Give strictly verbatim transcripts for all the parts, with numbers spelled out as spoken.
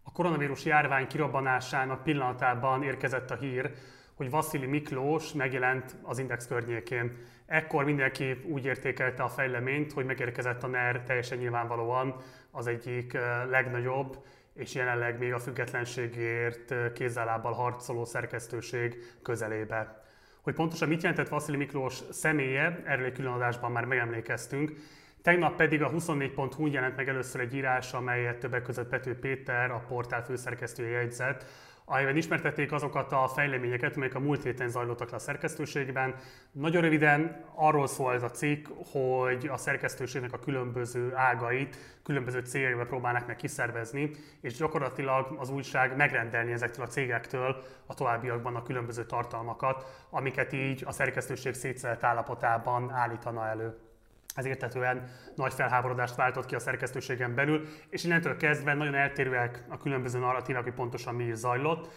A koronavírus járvány kirobbanásának pillanatában érkezett a hír, hogy Vasilij Miklós megjelent az Index környékén. Ekkor mindenki úgy értékelte a fejleményt, hogy megérkezett a NER teljesen nyilvánvalóan az egyik legnagyobb és jelenleg még a függetlenségért kézzel-lábbal harcoló szerkesztőség közelébe. Hogy pontosan mit jelentett Vasilij Miklós személye, erről egy külön adásban már megemlékeztünk. Tegnap pedig a huszonnégy pont hu jelent meg először egy írás, amelyet többek között Pető Péter, a portál főszerkesztője jegyzett, amelyben ismertették azokat a fejleményeket, amelyek a múlt héten zajlottak le a szerkesztőségben. Nagyon röviden arról szól ez a cikk, hogy a szerkesztőségnek a különböző ágait, különböző céljaival próbálnak meg kiszervezni, és gyakorlatilag az újság megrendelni ezektől a cégektől a továbbiakban a különböző tartalmakat, amiket így a szerkesztőség szétszelt állapotában állítana elő. Ez érthetően nagy felháborodást váltott ki a szerkesztőségen belül, és innentől kezdve nagyon eltérőek a különböző narratívák, hogy pontosan mi is zajlott.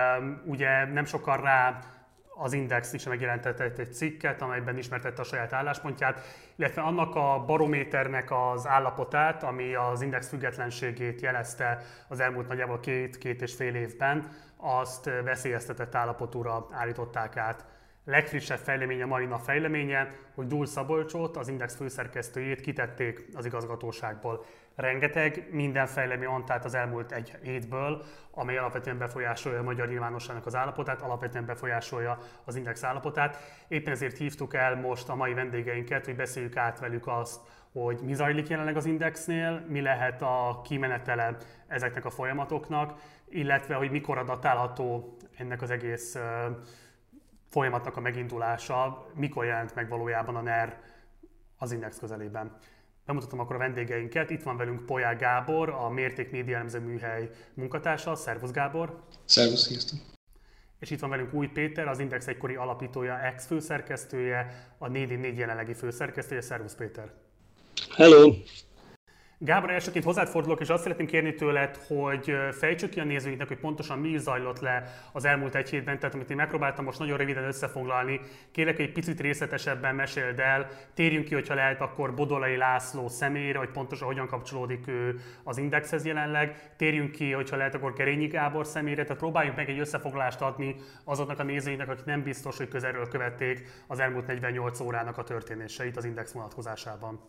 Ugye nem sokkal rá az Index is megjelentett egy cikket, amelyben ismertette a saját álláspontját, illetve annak a barométernek az állapotát, ami az Index függetlenségét jelezte az elmúlt nagyjából két, két és fél évben, azt veszélyeztetett állapotúra állították át. Legfrissebb fejleménye, mai nap fejleménye, hogy Dúl Szabolcsot, az Index főszerkesztőjét kitették az igazgatóságból. Rengeteg minden fejlemény antát az elmúlt egy hétből, amely alapvetően befolyásolja a magyar nyilvánosságnak az állapotát, alapvetően befolyásolja az Index állapotát. Éppen ezért hívtuk el most a mai vendégeinket, hogy beszéljük át velük azt, hogy mi zajlik jelenleg az Indexnél, mi lehet a kimenetele ezeknek a folyamatoknak, illetve hogy mikor datálható ennek az egész folyamatnak a megindulása, mikor jelent meg valójában a NER az Index közelében. Bemutatom akkor a vendégeinket. Itt van velünk Polyák Gábor, a Mérték Média Elemző Műhely munkatársa. Szervusz Gábor! Szervusz, sziasztok! És itt van velünk Új Péter, az Index egykori alapítója, ex-főszerkesztője, a négy négy jelenlegi főszerkesztője. Szervusz Péter! Hello! Gábor, elsőként hozzád fordulok, és azt szeretném kérni tőled, hogy fejtsük ki a nézőinknek, hogy pontosan mi is zajlott le az elmúlt egy hétben, tehát amit én megpróbáltam most nagyon röviden összefoglalni. Kérlek, hogy egy picit részletesebben meséld el, térjünk ki, hogyha lehet, akkor Bodolai László személyére, hogy pontosan hogyan kapcsolódik ő az Indexhez jelenleg. Térjünk ki, hogyha lehet, akkor Gerényi Gábor személyére, tehát próbáljunk meg egy összefoglalást adni azoknak a nézőinknek, akik nem biztos, hogy közelről követték az elmúlt negyvennyolc órának a történéseit az Index vonatkozásában.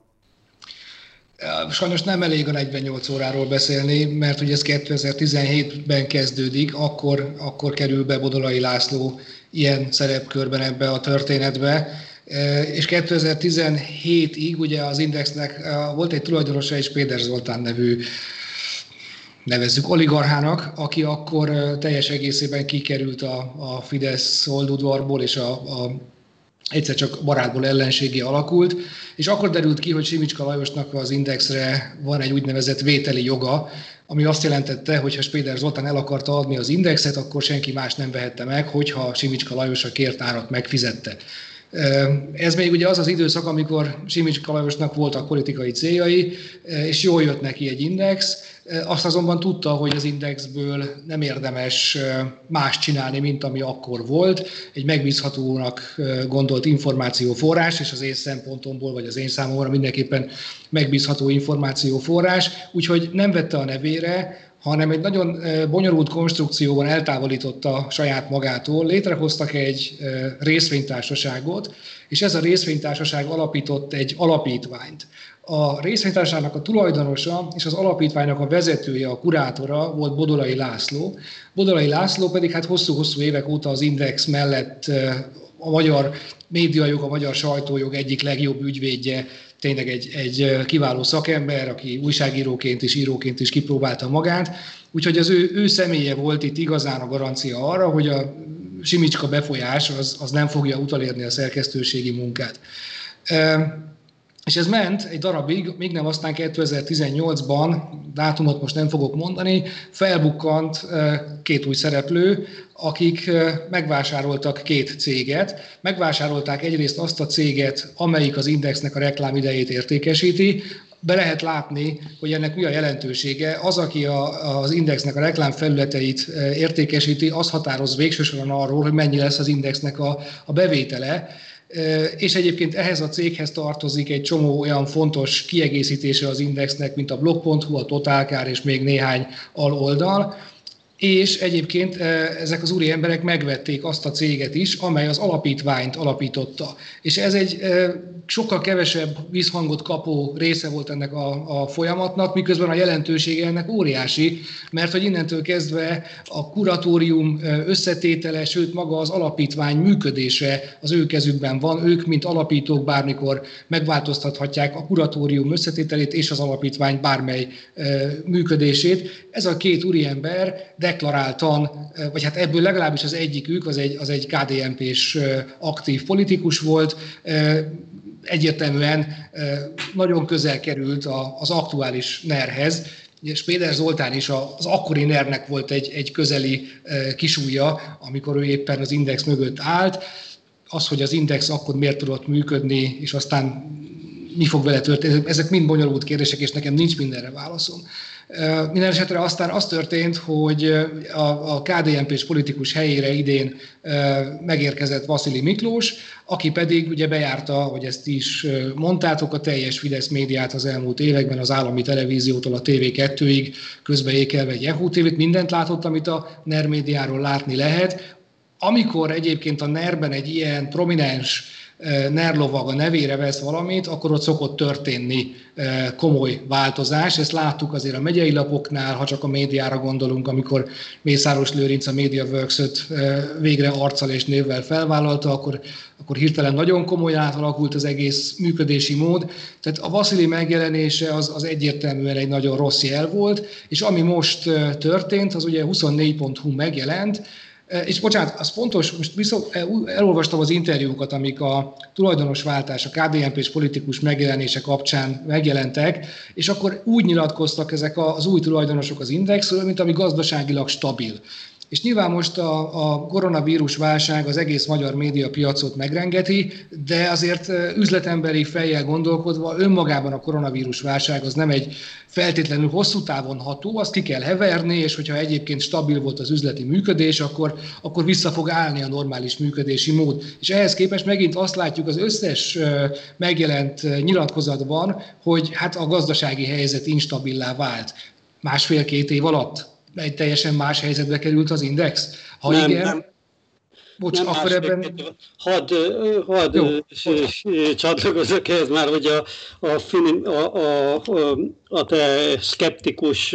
Sajnos nem elég a negyvennyolc óráról beszélni, mert ugye ez kétezer-tizenhétben kezdődik, akkor, akkor kerül be Bodolai László ilyen szerepkörben ebbe a történetbe. És kétezer-tizenhétig ugye az Indexnek volt egy tulajdonosa, és Péder Zoltán nevű, nevezzük oligarchának, aki akkor teljes egészében kikerült a, a Fidesz oldudvarból, és a, a egyszer csak barátból ellenségé alakult, és akkor derült ki, hogy Simicska Lajosnak az Indexre van egy úgynevezett vételi joga, ami azt jelentette, hogy ha Péder Zoltán el akarta adni az Indexet, akkor senki más nem vehette meg, hogyha Simicska Lajos a kért árat megfizette. Ez még ugye az az időszak, amikor Simicska Lajosnak voltak politikai céljai, és jól jött neki egy Index. Azt azonban tudta, hogy az Indexből nem érdemes más csinálni, mint ami akkor volt. Egy megbízhatónak gondolt információforrás, és az én szempontomból, vagy az én számomra mindenképpen megbízható információforrás, úgyhogy nem vette a nevére, hanem egy nagyon bonyolult konstrukcióban eltávolította saját magától, létrehoztak egy részvénytársaságot, és ez a részvénytársaság alapított egy alapítványt. A részvénytársaságnak a tulajdonosa és az alapítványnak a vezetője, a kurátora volt Bodolai László. Bodolai László pedig hát hosszú-hosszú évek óta az Index mellett a magyar médiajog, a magyar sajtójog egyik legjobb ügyvédje, tényleg egy, egy kiváló szakember, aki újságíróként és íróként is kipróbálta magát. Úgyhogy az ő, ő személye volt itt igazán a garancia arra, hogy a Simicska befolyás az, az nem fogja utolérni a szerkesztőségi munkát. És ez ment egy darabig, még nem aztán kétezer-tizennyolcban, dátumot most nem fogok mondani, felbukkant két új szereplő, akik megvásároltak két céget. Megvásárolták egyrészt azt a céget, amelyik az Indexnek a reklámidejét értékesíti, be lehet látni, hogy ennek mi a jelentősége. Az, aki a, az Indexnek a reklámfelületeit értékesíti, az határoz végső soron arról, hogy mennyi lesz az Indexnek a, a bevétele. És egyébként ehhez a céghez tartozik egy csomó olyan fontos kiegészítése az Indexnek, mint a blog pont hu, a Totálkár és még néhány aloldal. És egyébként ezek az úri emberek megvették azt a céget is, amely az alapítványt alapította. És ez egy sokkal kevesebb visszhangot kapó része volt ennek a, a folyamatnak, miközben a jelentősége ennek óriási, mert hogy innentől kezdve a kuratórium összetétele, sőt maga az alapítvány működése az ő kezükben van. Ők, mint alapítók bármikor megváltoztathatják a kuratórium összetételét és az alapítvány bármely működését. Ez a két úriember deklaráltan, vagy hát ebből legalábbis az egyikük, az egy, az egy ká dé en pés aktív politikus volt, egyértelműen nagyon közel került az aktuális nerhez, és Péter Zoltán is az akkori nernek volt egy, egy közeli kisújja, amikor ő éppen az Index mögött állt. Az, hogy az Index akkor miért tudott működni, és aztán mi fog vele történni, ezek mind bonyolult kérdések, és nekem nincs mindenre válaszom. Minden esetre aztán az történt, hogy a, a ká dé en pés politikus helyére idén megérkezett Vasili Miklós, aki pedig ugye bejárta, hogy ezt is mondtátok, a teljes Fidesz médiát az elmúlt években, az állami televíziótól a té vé kettőig, közbeékelve egy Yahoo té vét, mindent látott, amit a NER médiáról látni lehet. Amikor egyébként a NER-ben egy ilyen prominens NER lovag a nevére vesz valamit, akkor ott szokott történni komoly változás. Ezt láttuk azért a megyei lapoknál, ha csak a médiára gondolunk, amikor Mészáros Lőrinc a MediaWorks-öt végre arccal és névvel felvállalta, akkor, akkor hirtelen nagyon komolyan átalakult az egész működési mód. Tehát a Vasili megjelenése az, az egyértelműen egy nagyon rossz jel volt, és ami most történt, az ugye huszonnégy pont hu megjelent. És bocsánat, az fontos, most viszont elolvastam az interjúkat, amik a tulajdonosváltás, a ká dé en pés politikus megjelenése kapcsán megjelentek, és akkor úgy nyilatkoztak ezek az új tulajdonosok az Indexről, mint ami gazdaságilag stabil. És nyilván most a, a koronavírus válság az egész magyar médiapiacot megrengeti, de azért üzletemberi fejjel gondolkodva önmagában a koronavírus válság az nem egy feltétlenül hosszú távon ható, azt ki kell heverni, és hogyha egyébként stabil volt az üzleti működés, akkor, akkor vissza fog állni a normális működési mód. És ehhez képest megint azt látjuk az összes megjelent nyilatkozatban, hogy hát a gazdasági helyzet instabilá vált másfél-két év alatt. Egy teljesen más helyzetbe került az Index? Ha nem, igen, nem. bocs, nem akkor ebben... Hadd had, csatlakozok ehhez már, hogy a, a, a, a, a te szkeptikus,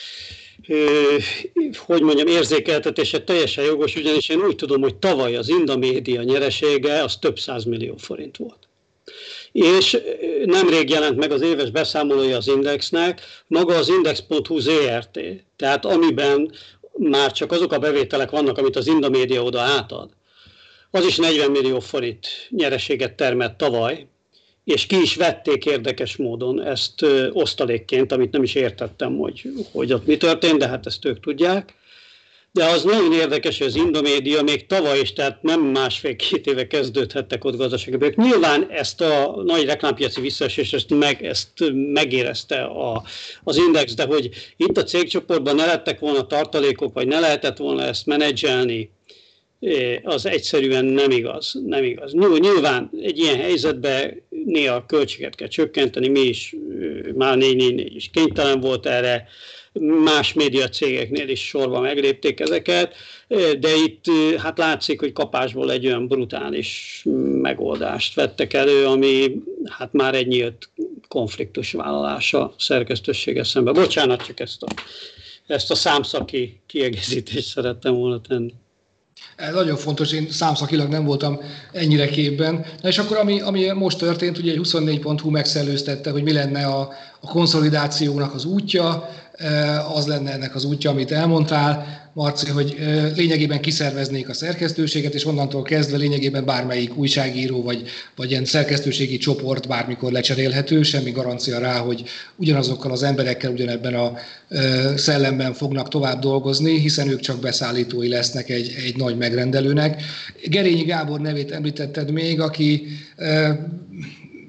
hogy mondjam, érzékeltetése teljesen jogos, ugyanis én úgy tudom, hogy tavaly az Indamédia nyeresége az több százmillió forint volt. És nemrég jelent meg az éves beszámolója az Indexnek, maga az Index pont hu zé er té, tehát amiben már csak azok a bevételek vannak, amit az Indamédia oda átad, az is negyven millió forint nyereséget termelt tavaly, és ki is vették érdekes módon ezt osztalékként, amit nem is értettem, hogy, hogy ott mi történt, de hát ezt ők tudják. De az nagyon érdekes, hogy az Indomédia még tavaly is, tehát nem másfél-két éve kezdődhettek ott gazdasági bajok. Nyilván ezt a nagy reklámpiaci visszaesést ezt, meg, ezt megérezte a, az Index, de hogy itt a cégcsoportban ne lettek volna tartalékok, vagy ne lehetett volna ezt menedzselni, az egyszerűen nem igaz. Nem igaz. Nyilván egy ilyen helyzetben néha a költséget kell csökkenteni, mi is, már négy négy négy is kénytelen volt erre, más médiacégeknél is sorban meglépték ezeket, de itt hát látszik, hogy kapásból egy olyan brutális megoldást vettek elő, ami hát már egy nyílt konfliktus vállalása szerkesztőséggel szemben. Bocsánat, csak ezt a, ezt a számszaki kiegészítést szerettem volna tenni. Ez nagyon fontos, én számszakilag nem voltam ennyire képben. Na és akkor ami, ami most történt, ugye huszonnégy pont hu megszellőztette, hogy mi lenne a, a konszolidációnak az útja, az lenne ennek az útja, amit elmondtál, Marci, hogy lényegében kiszerveznék a szerkesztőséget, és onnantól kezdve lényegében bármelyik újságíró vagy, vagy ilyen szerkesztőségi csoport bármikor lecserélhető, semmi garancia rá, hogy ugyanazokkal az emberekkel ugyanebben a szellemben fognak tovább dolgozni, hiszen ők csak beszállítói lesznek egy, egy nagy megrendelőnek. Gerényi Gábor nevét említetted még, aki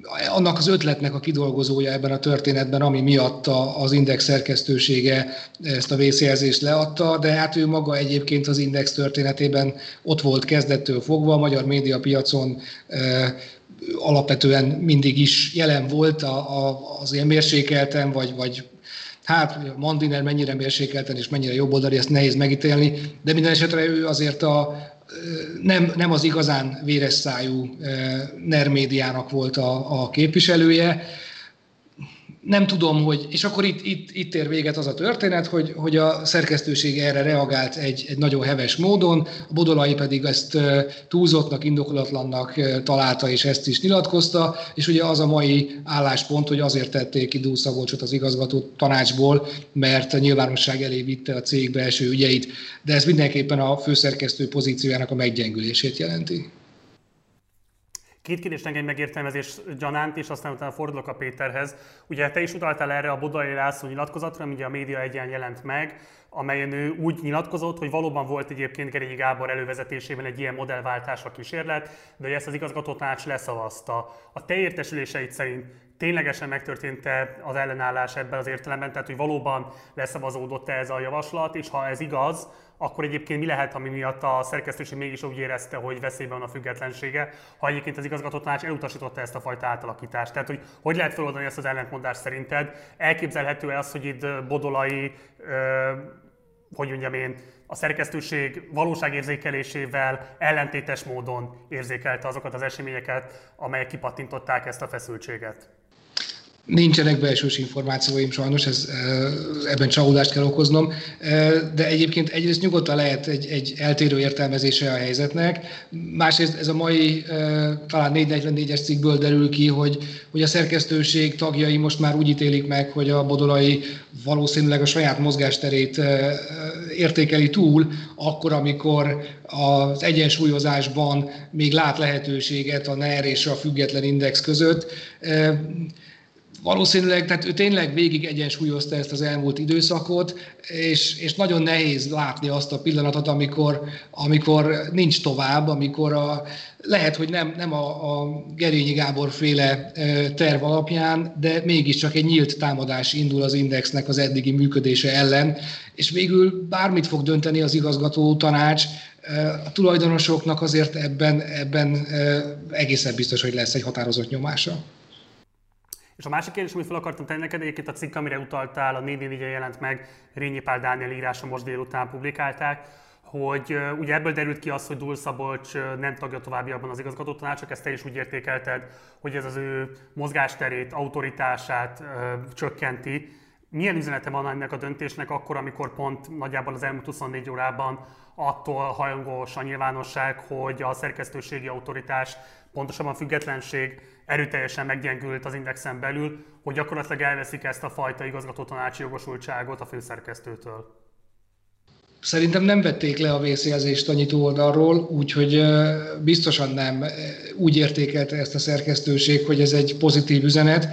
annak az ötletnek a kidolgozója ebben a történetben, ami miatt az Index szerkesztősége ezt a vészjelzést leadta, de hát ő maga egyébként az Index történetében ott volt kezdettől fogva, a magyar médiapiacon alapvetően mindig is jelen volt az ilyen mérsékelten, vagy, vagy hát Mandiner mennyire mérsékelten és mennyire jobboldali, ezt nehéz megítélni, de minden esetre ő azért a, nem, nem az igazán véres szájú NER médiának volt a, a képviselője. Nem tudom, hogy, és akkor itt, itt, itt ér véget az a történet, hogy, hogy a szerkesztőség erre reagált egy, egy nagyon heves módon, a Bodolai pedig ezt túlzottnak, indokolatlannak találta, és ezt is nyilatkozta, és ugye az a mai álláspont, hogy azért tették ki Dúl Szabolcsot az igazgató tanácsból, mert a nyilvánosság elé vitte a cég belső ügyeit, de ez mindenképpen a főszerkesztő pozíciójának a meggyengülését jelenti. Két kérdést engedj megértelmezés gyanánt, és aztán utána fordulok a Péterhez. Ugye te is utaltál erre a Bodolai László nyilatkozatra, ami ugye a Média Egyen jelent meg, amelyen ő úgy nyilatkozott, hogy valóban volt egyébként Gerényi Gábor elővezetésében egy ilyen modellváltásra kísérlet, de hogy ezt az igazgatótanács leszavazta. A te értesüléseid szerint ténylegesen megtörtént-e az ellenállás ebben az értelemben, tehát hogy valóban leszavazódott-e ez a javaslat, és ha ez igaz, akkor egyébként mi lehet, ami miatt a szerkesztőség mégis úgy érezte, hogy veszélyben van a függetlensége, ha egyébként az igazgatótanács elutasította ezt a fajta átalakítást. Tehát, hogy hogy lehet feloldani ezt az ellentmondást szerinted? Elképzelhető-e az, hogy itt Bodolai, hogy mondjam én, a szerkesztőség valóságérzékelésével ellentétes módon érzékelte azokat az eseményeket, amelyek kipattintották ezt a feszültséget? Nincsenek belsős információim sajnos, ez, ebben csalódást kell okoznom, de egyébként egyrészt nyugodtan lehet egy, egy eltérő értelmezése a helyzetnek, másrészt ez a mai talán négyszáznegyvennégyes cikkből derül ki, hogy, hogy a szerkesztőség tagjai most már úgy ítélik meg, hogy a Bodolai valószínűleg a saját mozgásterét értékeli túl, akkor, amikor az egyensúlyozásban még lát lehetőséget a NER és a független Index között. Valószínűleg, tehát ő tényleg végig egyensúlyozta ezt az elmúlt időszakot, és, és nagyon nehéz látni azt a pillanatot, amikor, amikor nincs tovább, amikor a, lehet, hogy nem, nem a, a Gerényi Gábor féle terv alapján, de mégiscsak egy nyílt támadás indul az Indexnek az eddigi működése ellen, és végül bármit fog dönteni az igazgató tanács, a tulajdonosoknak azért ebben, ebben egészen biztos, hogy lesz egy határozott nyomása. És a másik kérdés, amit fel akartam tenni neked, egyébként a cikk, amire utaltál, a négy négy négyen jelent meg, Rényi Pál Dániel írása, most délután publikálták, hogy uh, ugye ebből derült ki az, hogy Dúl Szabolcs nem tagja továbbiakban az igazgatótanácsnak, ezt te is úgy értékelted, hogy ez az ő mozgásterét, autoritását uh, csökkenti. Milyen üzenete van ennek a döntésnek akkor, amikor pont nagyjából az elmúlt huszonnégy órában attól hajlangos a nyilvánosság, hogy a szerkesztőségi autoritás, pontosabban függetlenség erőteljesen meggyengült az Indexen belül, hogy gyakorlatilag elveszik ezt a fajta igazgatótanácsi jogosultságot a főszerkesztőtől? Szerintem nem vették le a vészjelzést a nyitó oldalról, úgyhogy biztosan nem úgy értékelte ezt a szerkesztőség, hogy ez egy pozitív üzenet.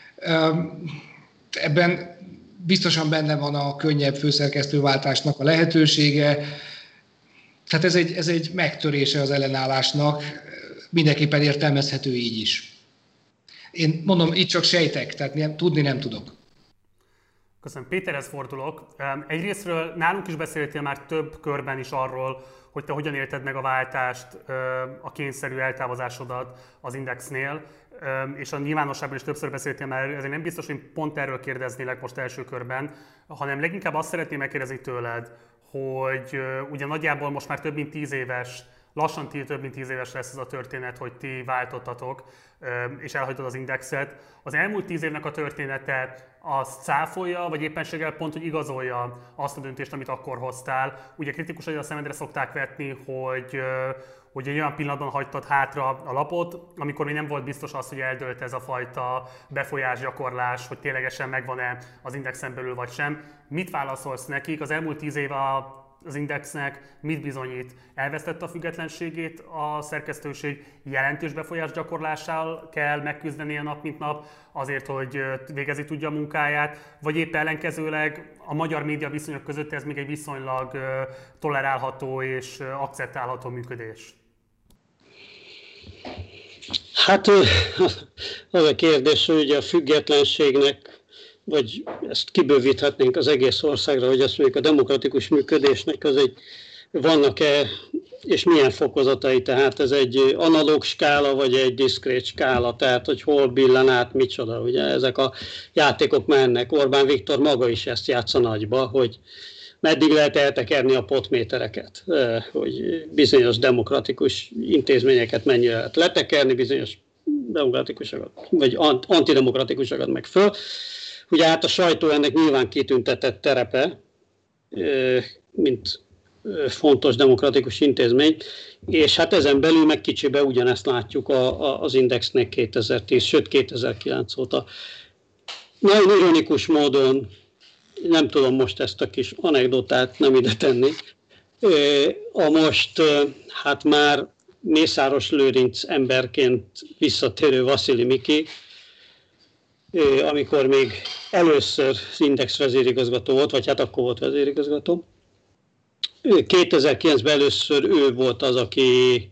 Ebben biztosan benne van a könnyebb főszerkesztőváltásnak a lehetősége. Tehát ez egy, ez egy megtörése az ellenállásnak, mindenképpen értelmezhető így is. Én mondom, itt csak sejtek, tehát nem, tudni nem tudok. Köszönöm. Péterhez fordulok. Egyrésztről nálunk is beszéltél már több körben is arról, hogy te hogyan élted meg a váltást, a kényszerű eltávozásodat az Indexnél, és a nyilvánosságban is többször beszéltél már, ezért nem biztos, hogy pont erről kérdeznélek most első körben, hanem leginkább azt szeretném megkérdezni tőled, hogy ugye nagyjából most már több mint tíz éves, lassan több mint tíz éves lesz ez a történet, hogy ti váltottatok, és elhagytad az Indexet. Az elmúlt tíz évnek a története azt cáfolja, vagy éppenséggel pont, hogy igazolja azt a döntést, amit akkor hoztál. Ugye kritikusai a szemedre szokták vetni, hogy, hogy egy olyan pillanatban hagytad hátra a lapot, amikor még nem volt biztos az, hogy eldőlt ez a fajta befolyásgyakorlás, hogy ténylegesen megvan-e az Indexen belül vagy sem. Mit válaszolsz nekik? Az elmúlt tíz év a az Indexnek mit bizonyít? Elvesztette a függetlenségét a szerkesztőség, jelentős befolyásgyakorlással kell megküzdenie nap mint nap azért, hogy végezni tudja a munkáját, vagy épp ellenkezőleg a magyar média viszonyok között ez még egy viszonylag tolerálható és akceptálható működés? Hát az a kérdés, hogy ugye a függetlenségnek, vagy ezt kibővíthetnénk az egész országra, hogy azt mondjuk a demokratikus működésnek az egy, vannak-e és milyen fokozatai, tehát ez egy analóg skála, vagy egy diszkrét skála, tehát hogy hol billen át, micsoda, ugye ezek a játékok mennek. Orbán Viktor maga is ezt játsza nagyba, hogy meddig lehet eltekerni a potmétereket, hogy bizonyos demokratikus intézményeket mennyire lehet letekerni, bizonyos demokratikusokat, vagy antidemokratikusokat meg föl. Ugye hát a sajtó ennek nyilván kitüntetett terepe, mint fontos demokratikus intézmény, és hát ezen belül meg kicsibe ugyanezt látjuk a, a, az Indexnek kétezer-tíz, sőt kétezer-kilenc óta. Nagyon ironikus módon, nem tudom most ezt a kis anekdotát nem ide tenni, a most hát már Mészáros Lőrinc emberként visszatérő Vasilij Miki, amikor még először az Index vezérigazgató volt, vagy hát akkor volt vezérigazgató, kétezer-kilencben először ő volt az, aki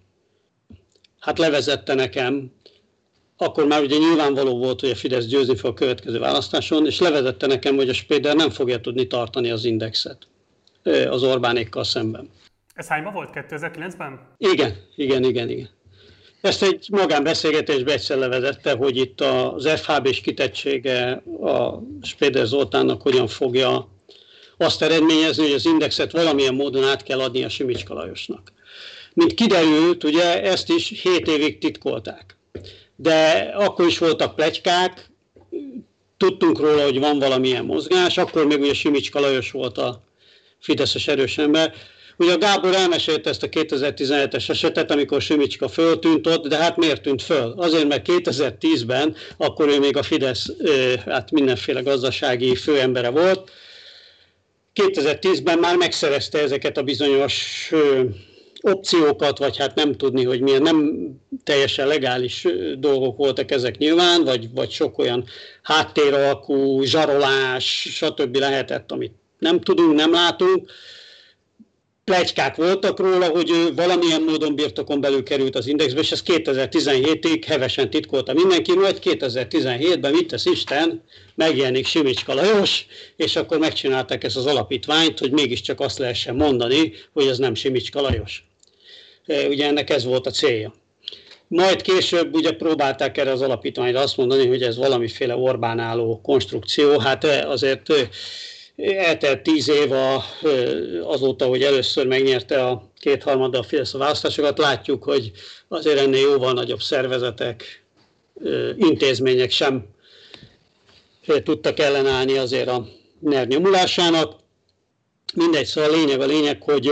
hát levezette nekem, akkor már ugye nyilvánvaló volt, hogy a Fidesz győzni fog a következő választáson, és levezette nekem, hogy a Spéder nem fogja tudni tartani az Indexet az Orbánékkal szemben. Ez hányban volt? kétezer-kilencben? Igen, igen, igen, igen. Ezt egy magánbeszélgetésben egyszer levezette, hogy itt az ef há bé-s kitettsége a Spéder Zoltánnak hogyan fogja azt eredményezni, hogy az Indexet valamilyen módon át kell adni a Simicska Lajosnak. Mint kiderült, ugye ezt is hét évig titkolták. De akkor is voltak pletykák, tudtunk róla, hogy van valamilyen mozgás, akkor még ugye Simicska Lajos volt a fideszes erős ember. Ugye a Gábor elmesélte ezt a kétezer-tizenhetes esetet, amikor Simicska föltűnt ott, de hát miért tűnt föl? Azért, mert kétezer-tízben, akkor ő még a Fidesz hát mindenféle gazdasági főembere volt, kétezer-tízben már megszerezte ezeket a bizonyos opciókat, vagy hát nem tudni, hogy milyen nem teljesen legális dolgok voltak ezek nyilván, vagy, vagy sok olyan háttéralkú, zsarolás, stb. Lehetett, amit nem tudunk, nem látunk. Pletykák voltak róla, hogy ő valamilyen módon birtokon belül került az Indexbe, és ez kétezer-tizenhétig hevesen titkolta mindenki, majd kétezer-tizenhétben mit tesz Isten, megjelenik Simicska Lajos, és akkor megcsinálták ezt az alapítványt, hogy mégiscsak azt lehessen mondani, hogy ez nem Simicska Lajos. Ugye ennek ez volt a célja. Majd később ugye próbálták erre az alapítványra azt mondani, hogy ez valamiféle Orbán álló konstrukció, hát azért eltelt tíz év azóta, hogy először megnyerte a kétharmaddal a Fidesz a választásokat, látjuk, hogy azért ennél jóval nagyobb szervezetek, intézmények sem tudtak ellenállni azért a NER nyomulásának. Mindegy, szóval a lényeg a lényeg, hogy,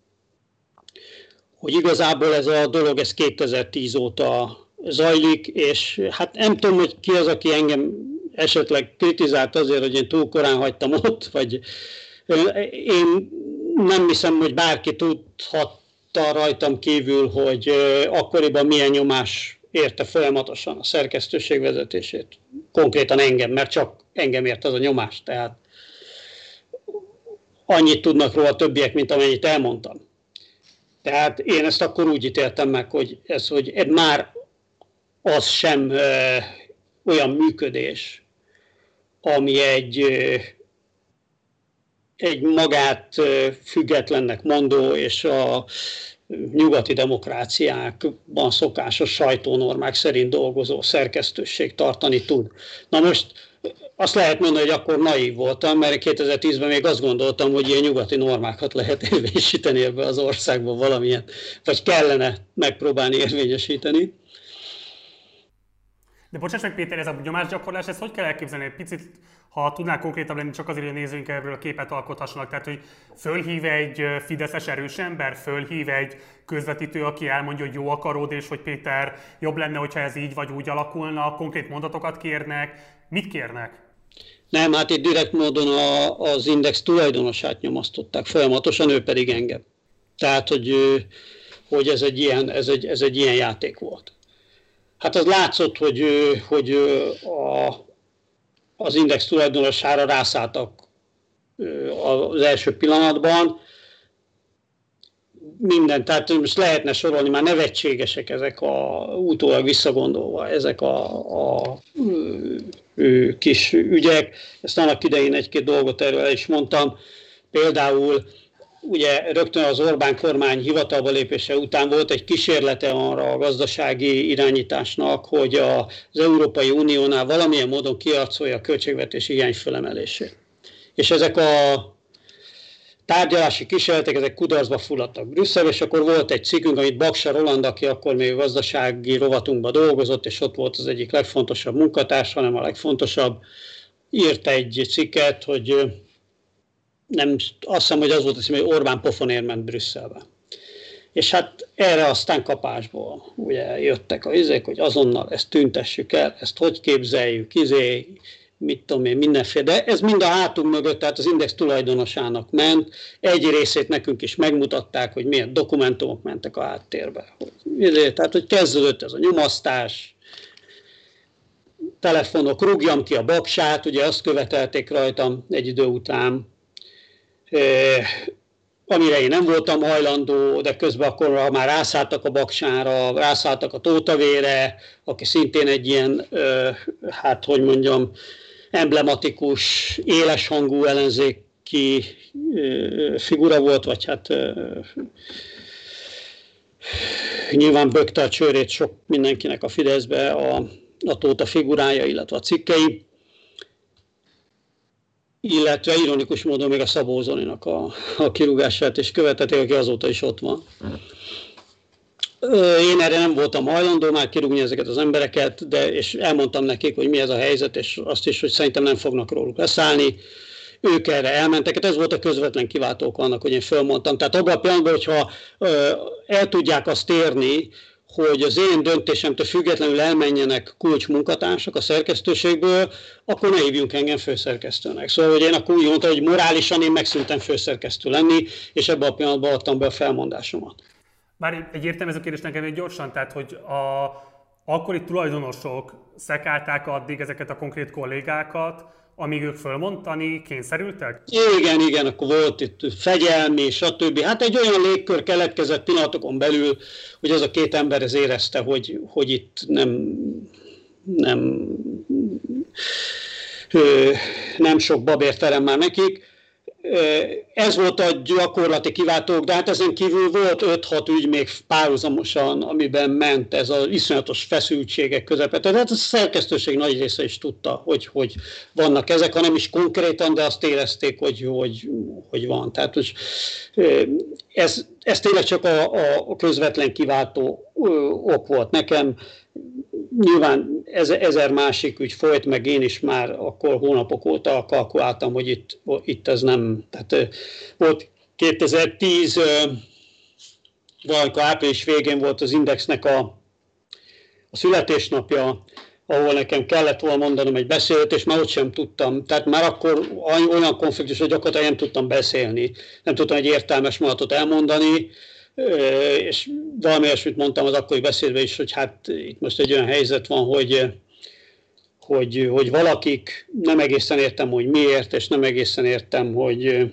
hogy igazából ez a dolog ez kétezer-tíz óta zajlik, és hát nem tudom, hogy ki az, aki engem esetleg kritizált azért, hogy én túl korán hagytam ott, vagy én nem hiszem, hogy bárki tudhatta rajtam kívül, hogy akkoriban milyen nyomás érte folyamatosan a szerkesztőség vezetését. Konkrétan engem, mert csak engem ért az a nyomás, tehát annyit tudnak róla többiek, mint amennyit elmondtam. Tehát én ezt akkor úgy ítéltem meg, hogy ez, hogy már az sem ö, olyan működés, ami egy, ö, egy magát ö, függetlennek mondó és a nyugati demokráciákban szokásos sajtónormák szerint dolgozó szerkesztőség tartani tud. Na most azt lehet mondani, hogy akkor naív voltam, mert kétezer-tízben még azt gondoltam, hogy ilyen nyugati normákat lehet érvényesíteni ebbe az országban valamilyen, vagy kellene megpróbálni érvényesíteni. De bocsáss meg, Péter, ez a nyomásgyakorlás, ezt hogy kell elképzelni? Egy picit, ha tudnál konkrétabb lenni, csak azért, hogy a nézőink ebből a képet alkothassanak. Tehát, hogy fölhív egy fideszes erős ember, fölhív egy közvetítő, aki elmondja, hogy jó akarod, és hogy Péter, jobb lenne, hogyha ez így vagy úgy alakulna, konkrét mondatokat kérnek. Mit kérnek? Nem, hát itt direkt módon a, az Index tulajdonosát nyomasztották folyamatosan, ő pedig engem. Tehát, hogy, hogy ez, egy ilyen, ez, egy, ez egy ilyen játék volt. Hát az látszott, hogy, hogy a, az Index tulajdonosára rászálltak az első pillanatban. minden, tehát most lehetne sorolni, már nevetségesek ezek a, utólag visszagondolva, ezek a, a ő, kis ügyek. Ezt annak idején egy-két dolgot erről el is mondtam. Például ugye rögtön az Orbán kormány hivatalba lépése után volt egy kísérlete arra a gazdasági irányításnak, hogy az Európai Uniónál valamilyen módon kiarcolja a költségvetési hiány fölemelését. És ezek a tárgyalási kísérletek, ezek kudarcba fulladtak Brüsszelbe, és akkor volt egy cikkünk, amit Baksa Roland, aki akkor még a gazdasági rovatunkban dolgozott, és ott volt az egyik legfontosabb munkatárs, hanem a legfontosabb, írt egy cikket, hogy nem, azt hiszem, hogy az volt, hogy Orbán pofonért ment Brüsszelbe. És hát erre aztán kapásból ugye jöttek a izék, hogy azonnal ezt tüntessük el, ezt hogy képzeljük, izé, mit tudom én, mindenféle, de ez mind a hátunk mögött, tehát az Index tulajdonosának ment, egy részét nekünk is megmutatták, hogy milyen dokumentumok mentek a háttérbe. Hogy, tehát, hogy kezdődött ez a nyomasztás, telefonok, rúgjam ki a Baksát, ugye azt követelték rajtam egy idő után, amire én nem voltam hajlandó, de közben akkor, ha már rászálltak a Baksára, rászálltak a Tótavére, aki szintén egy ilyen, hát hogy mondjam, emblematikus, éleshangú ellenzéki figura volt, vagy hát nyilván bökte a csőrét sok mindenkinek a Fideszbe a, a Tóta figurája, illetve a cikkei, illetve ironikus módon még a Szabó Zolinak a, a kirúgását is követeték, aki azóta is ott van. Én erre nem voltam hajlandó már kirúgni ezeket az embereket, de, és elmondtam nekik, hogy mi ez a helyzet, és azt is, hogy szerintem nem fognak róluk leszállni. Ők erre elmentek, ez volt a közvetlen kiváltók annak, hogy én fölmondtam. Tehát abban a pillanatban, hogyha el tudják azt érni, hogy az én döntésemtől függetlenül elmenjenek kulcsmunkatársak a szerkesztőségből, akkor ne hívjunk engem főszerkesztőnek. Szóval, hogy én akkor úgy mondtam, hogy morálisan én megszűntem főszerkesztő lenni, és ebben a pillanatban adtam be a felmondásomat. Bár egy értelmező kérdés nekem egy gyorsan, tehát hogy a akkori tulajdonosok szekálták addig ezeket a konkrét kollégákat, amíg ők fölmondani kényszerültek? Igen, igen, akkor volt itt fegyelmi, stb. Hát egy olyan légkör keletkezett pillanatokon belül, hogy az a két ember ez érezte, hogy, hogy itt nem, nem, nem sok babért terem már nekik. Ez volt a gyakorlati kiváltók, de hát ezen kívül volt öt-hat ügy még párhuzamosan, amiben ment ez az iszonyatos feszültségek közepette. Tehát a szerkesztőség nagy része is tudta, hogy, hogy vannak ezek, ha nem is konkrétan, de azt érezték, hogy, hogy, hogy van. Tehát ez, ez tényleg csak a, a közvetlen kiváltó ok volt nekem. Nyilván ezer másik ügy folyt, meg én is már akkor hónapok óta kalkuláltam, hogy itt, itt ez nem... Tehát volt kétezer-tíz, valamikor április végén volt az Indexnek a, a születésnapja, ahol nekem kellett volna mondanom egy beszédet, és már ott sem tudtam. Tehát már akkor olyan konfliktus, hogy gyakorlatilag nem tudtam beszélni. Nem tudtam egy értelmes mondatot elmondani, és valami olyasmit mondtam az akkori beszédben is, hogy hát itt most egy olyan helyzet van, hogy, hogy, hogy valakik, nem egészen értem, hogy miért, és nem egészen értem, hogy,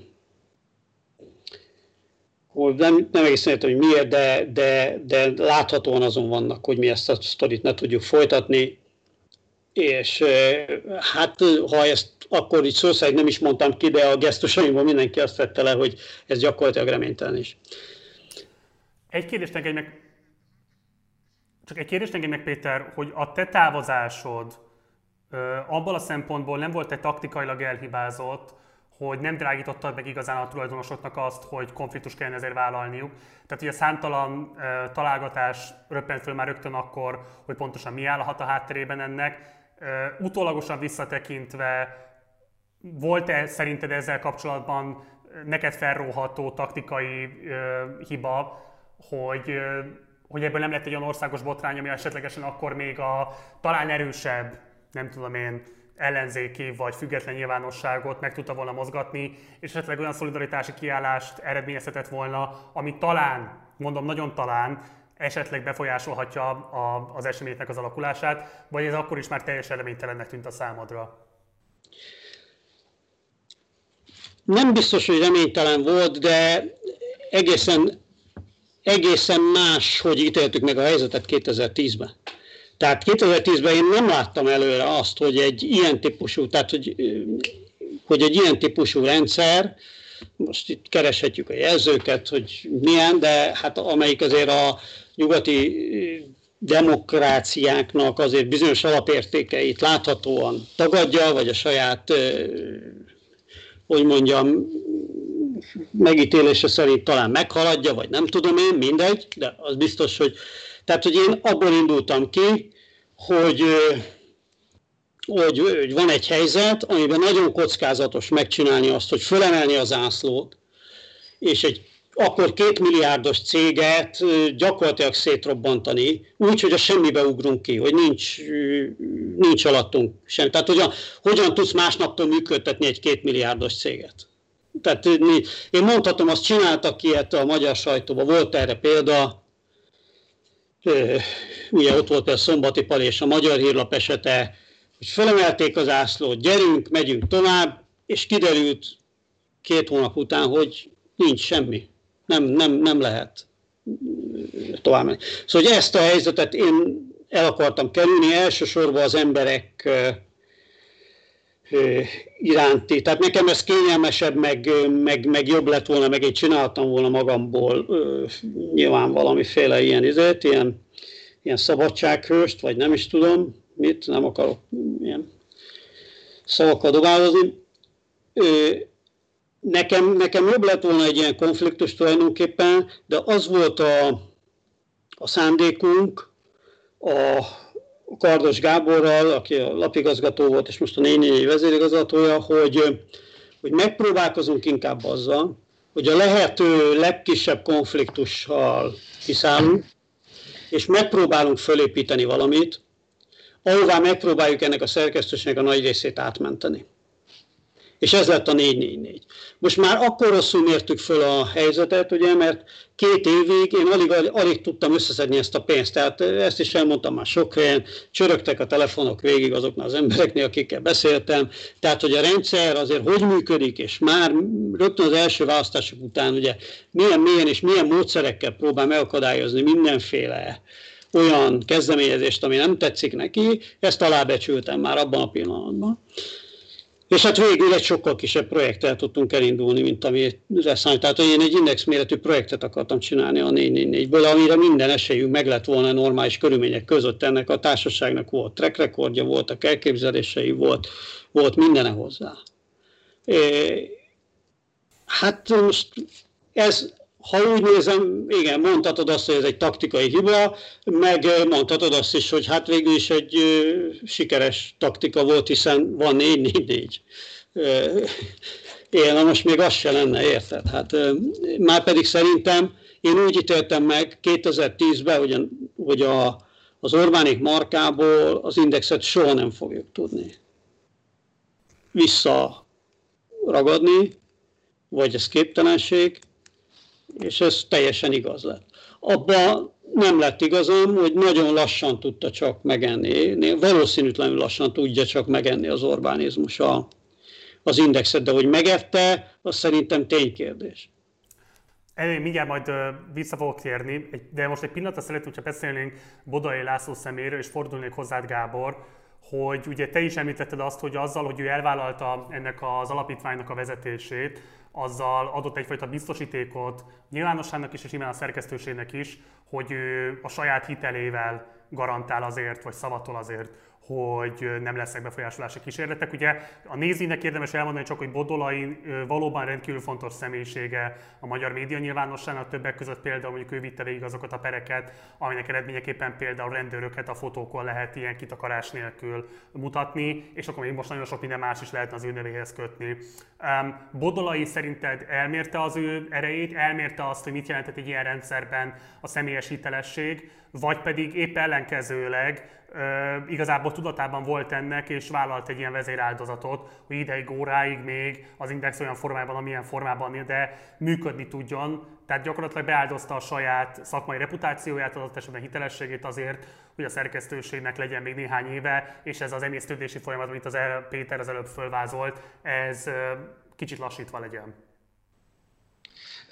hogy nem, nem egészen értem, hogy miért, de, de, de láthatóan azon vannak, hogy mi ezt a sztorit ne tudjuk folytatni, és hát ha ezt akkor így szó szerint nem is mondtam ki, de a gesztusaimból mindenki azt vette le, hogy ez gyakorlatilag reménytelen is. Egy kérdést engedj meg, csak egy kérdést engedj meg, Péter, hogy a te távozásod abból a szempontból nem volt-e taktikailag elhibázott, hogy nem drágítottad meg igazán a tulajdonosoknak azt, hogy konfliktus kellene ezért vállalniuk. Tehát ugye számtalan uh, találgatás röppent föl már rögtön akkor, hogy pontosan mi állhat a hátterében ennek. Uh, utólagosan visszatekintve volt-e szerinted ezzel kapcsolatban neked felróható taktikai uh, hiba, hogy, uh, hogy ebből nem lett egy olyan országos botrány, ami esetlegesen akkor még a talán erősebb, nem tudom én, ellenzéki vagy független nyilvánosságot meg tudta volna mozgatni, és esetleg olyan szolidaritási kiállást eredményezhetett volna, ami talán, mondom nagyon talán, esetleg befolyásolhatja a, az eseményeknek az alakulását, vagy ez akkor is már teljesen reménytelennek tűnt a számodra? Nem biztos, hogy reménytelen volt, de egészen egészen más, hogy ítéltük meg a helyzetet kétezer-tízben. Tehát kétezer-tízben én nem láttam előre azt, hogy egy ilyen típusú, tehát hogy, hogy egy ilyen típusú rendszer, most itt kereshetjük a jelzőket, hogy milyen, de hát amelyik azért a nyugati demokráciáknak azért bizonyos alapértékeit láthatóan tagadja, vagy a saját, hogy mondjam, megítélése szerint talán meghaladja, vagy nem tudom én, mindegy, de az biztos, hogy... Tehát, hogy én abból indultam ki, hogy, hogy, hogy van egy helyzet, amiben nagyon kockázatos megcsinálni azt, hogy fölemelni a zászlót, és egy akkor két milliárdos céget gyakorlatilag szétrobbantani, úgy, hogy a semmibe ugrunk ki, hogy nincs, nincs alattunk semmi. Tehát hogyan, hogyan tudsz másnaptól működtetni egy két milliárdos céget? Tehát én mondhatom, azt csináltak ilyet a magyar sajtóban, volt erre példa, ugye ott volt a Szombati Pali és a Magyar Hírlap esete, hogy felemelték az zászlót, gyerünk, megyünk tovább, és kiderült két hónap után, hogy nincs semmi. Nem, nem, nem lehet tovább menni. Szóval hogy ezt a helyzetet én el akartam kerülni, elsősorban az emberek iránti. Tehát nekem ez kényelmesebb, meg, meg, meg jobb lett volna, meg én csináltam volna magamból nyilván valamiféle ilyen izét, ilyen, ilyen szabadsághőst, vagy nem is tudom mit, nem akarok ilyen szavakkal dobálózni. Nekem, nekem jobb lett volna egy ilyen konfliktus tulajdonképpen, de az volt a, a szándékunk a Kardos Gáborral, aki a lapigazgató volt, és most a négy négy négy vezérigazgatója, hogy, hogy megpróbálkozunk inkább azzal, hogy a lehető legkisebb konfliktussal kiszállunk, és megpróbálunk fölépíteni valamit, ahová megpróbáljuk ennek a szerkesztőségnek a nagy részét átmenteni. És ez lett a négy négy négy. Most már akkor rosszul mértük föl a helyzetet, ugye, mert két évig én alig, alig, alig tudtam összeszedni ezt a pénzt. Tehát ezt is elmondtam már sok helyen, csörögtek a telefonok végig azoknál az embereknél, akikkel beszéltem. Tehát, hogy a rendszer azért hogy működik, és már rögtön az első választások után ugye milyen mélyen és milyen módszerekkel próbál megakadályozni mindenféle olyan kezdeményezést, ami nem tetszik neki, ezt alábecsültem már abban a pillanatban. És hát végül egy sokkal kisebb projekttel tudtunk elindulni, mint amire számít. Tehát én egy indexméretű projektet akartam csinálni a négy négy négyből, amire minden esélyünk meg lett volna normális körülmények között. Ennek a társaságnak volt track recordja, voltak elképzelései, volt, volt mindene hozzá. É, hát most ez... Ha úgy nézem, igen, mondhatod azt, hogy ez egy taktikai hiba, meg mondhatod azt is, hogy hát végül is egy ö, sikeres taktika volt, hiszen van négy négy négy. Én most még az se lenne, érted? Hát, ö, már pedig szerintem én úgy ítéltem meg kétezer-tízben, hogy, a, hogy a, az Orbánék markából az indexet soha nem fogjuk tudni visszaragadni, vagy ez képtelenség, és ez teljesen igaz lett. Abban nem lett igazam, hogy nagyon lassan tudta csak megenni, valószínűtlenül lassan tudja csak megenni az Orbánizmus a, az indexet, de hogy megette, az szerintem ténykérdés. Elég mindjárt majd vissza fogok térni, de most egy pillanatra szeretném, hogyha beszélnénk Bolyai László személyről, és fordulnék hozzád, Gábor, hogy ugye te is említetted azt, hogy azzal, hogy ő elvállalta ennek az alapítványnak a vezetését, azzal adott egyfajta biztosítékot nyilvánosságnak is, és nyilván a szerkesztőségnek is, hogy ő a saját hitelével garantál azért, vagy szavatol azért, hogy nem lesznek befolyásolási kísérletek. Ugye a nézőinek érdemes elmondani csak, hogy Bolyai valóban rendkívül fontos személyisége a magyar média nyilvánosságnak, többek között például mondjuk ő vitte végig azokat a pereket, aminek eredményeképpen például rendőröket a fotókon lehet ilyen kitakarás nélkül mutatni, és akkor még most nagyon sok minden más is lehetne az ő nevéhez kötni. Bolyai szerinted elmérte az ő erejét, elmérte azt, hogy mit jelentett egy ilyen rendszerben a személyes hitelesség, vagy pedig épp ellenkezőleg Uh, igazából tudatában volt ennek, és vállalt egy ilyen vezéráldozatot, hogy ideig, óráig még az Index olyan formában, amilyen formában, de működni tudjon. Tehát gyakorlatilag beáldozta a saját szakmai reputációját, adott esetben hitelességét azért, hogy a szerkesztőségnek legyen még néhány éve, és ez az emésztődési folyamat, amit az el, Péter az előbb fölvázolt, ez uh, kicsit lassítva legyen.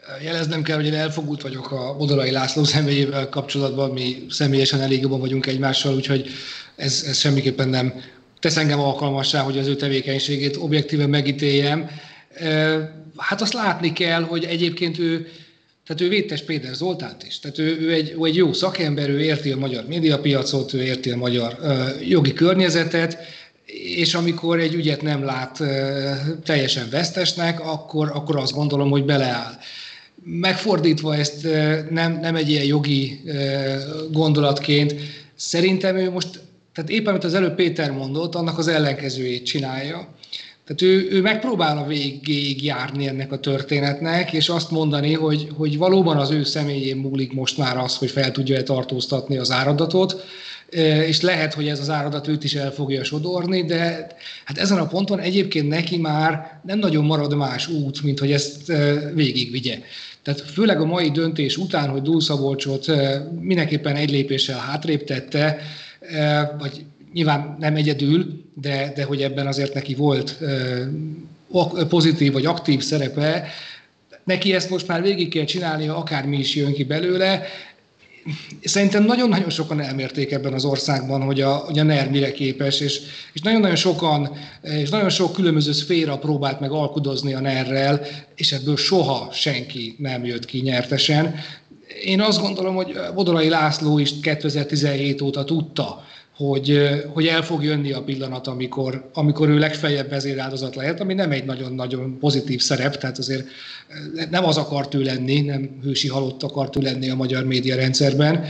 Jeleznem kell, hogy én elfogult vagyok a Bodolai László személyével kapcsolatban, mi személyesen elég jobban vagyunk egymással, úgyhogy ez, ez semmiképpen nem tesz engem alkalmassá, hogy az ő tevékenységét objektíven megítéljem. Hát azt látni kell, hogy egyébként ő, tehát ő Vétes Péter Zoltánt is. Tehát ő, ő, egy, ő egy jó szakember, ő érti a magyar médiapiacot, ő érti a magyar uh, jogi környezetet, és amikor egy ügyet nem lát uh, teljesen vesztesnek, akkor, akkor azt gondolom, hogy beleáll. Megfordítva ezt uh, nem, nem egy ilyen jogi uh, gondolatként, szerintem ő most, tehát éppen amit az előbb Péter mondott, annak az ellenkezőjét csinálja. Tehát ő, ő megpróbál a végéig járni ennek a történetnek, és azt mondani, hogy, hogy valóban az ő személyén múlik most már az, hogy fel tudja-e tartóztatni az áradatot, és lehet, hogy ez az áradat őt is el fogja sodorni, de hát ezen a ponton egyébként neki már nem nagyon marad más út, mint hogy ezt végigvigye. Tehát főleg a mai döntés után, hogy Dúl-Szabolcsot mindenképpen egy lépéssel hátrébb tette, vagy nyilván nem egyedül, de, de hogy ebben azért neki volt uh, pozitív vagy aktív szerepe. Neki ezt most már végig kell csinálnia, akármi is jön ki belőle. Szerintem nagyon-nagyon sokan elmérték ebben az országban, hogy a, hogy a NER mire képes, és, és nagyon-nagyon sokan, és nagyon sok különböző szféra próbált meg alkudozni a NER-rel, és ebből soha senki nem jött ki nyertesen. Én azt gondolom, hogy Bodolai László is kétezer-tizenhét óta tudta, Hogy, hogy el fog jönni a pillanat, amikor, amikor ő legfeljebb vezéráldozat lehet, ami nem egy nagyon-nagyon pozitív szerep, tehát azért nem az akart ő lenni, nem hősi halott akart ő lenni a magyar médiarendszerben,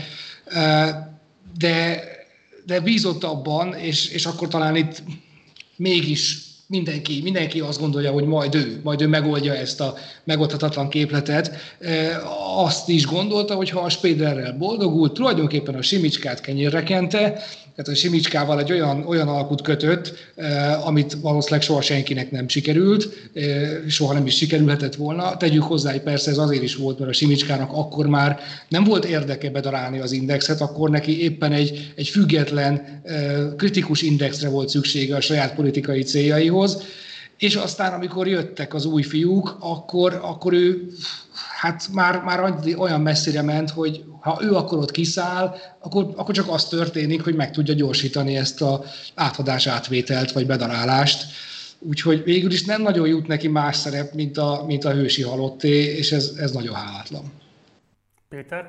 de, de bízott abban, és, és akkor talán itt mégis mindenki, mindenki azt gondolja, hogy majd ő, majd ő megoldja ezt a megoldhatatlan képletet. Azt is gondolta, hogy ha a Spéderrel boldogult, tulajdonképpen a Simicskát kenyérre kente, tehát a Simicskával egy olyan, olyan alkut kötött, amit valószínűleg soha senkinek nem sikerült, soha nem is sikerülhetett volna. Tegyük hozzá, hogy persze ez azért is volt, mert a Simicskának akkor már nem volt érdeke bedarálni az indexet, akkor neki éppen egy, egy független, kritikus indexre volt szüksége a saját politikai céljaihoz, és aztán, amikor jöttek az új fiúk, akkor, akkor ő hát már, már olyan messzire ment, hogy ha ő akkor ott kiszáll, akkor, akkor csak az történik, hogy meg tudja gyorsítani ezt az átadás átvételt, vagy bedarálást. Úgyhogy végül is nem nagyon jut neki más szerep, mint a, mint a hősi halotté, és ez, ez nagyon hálátlan. Péter?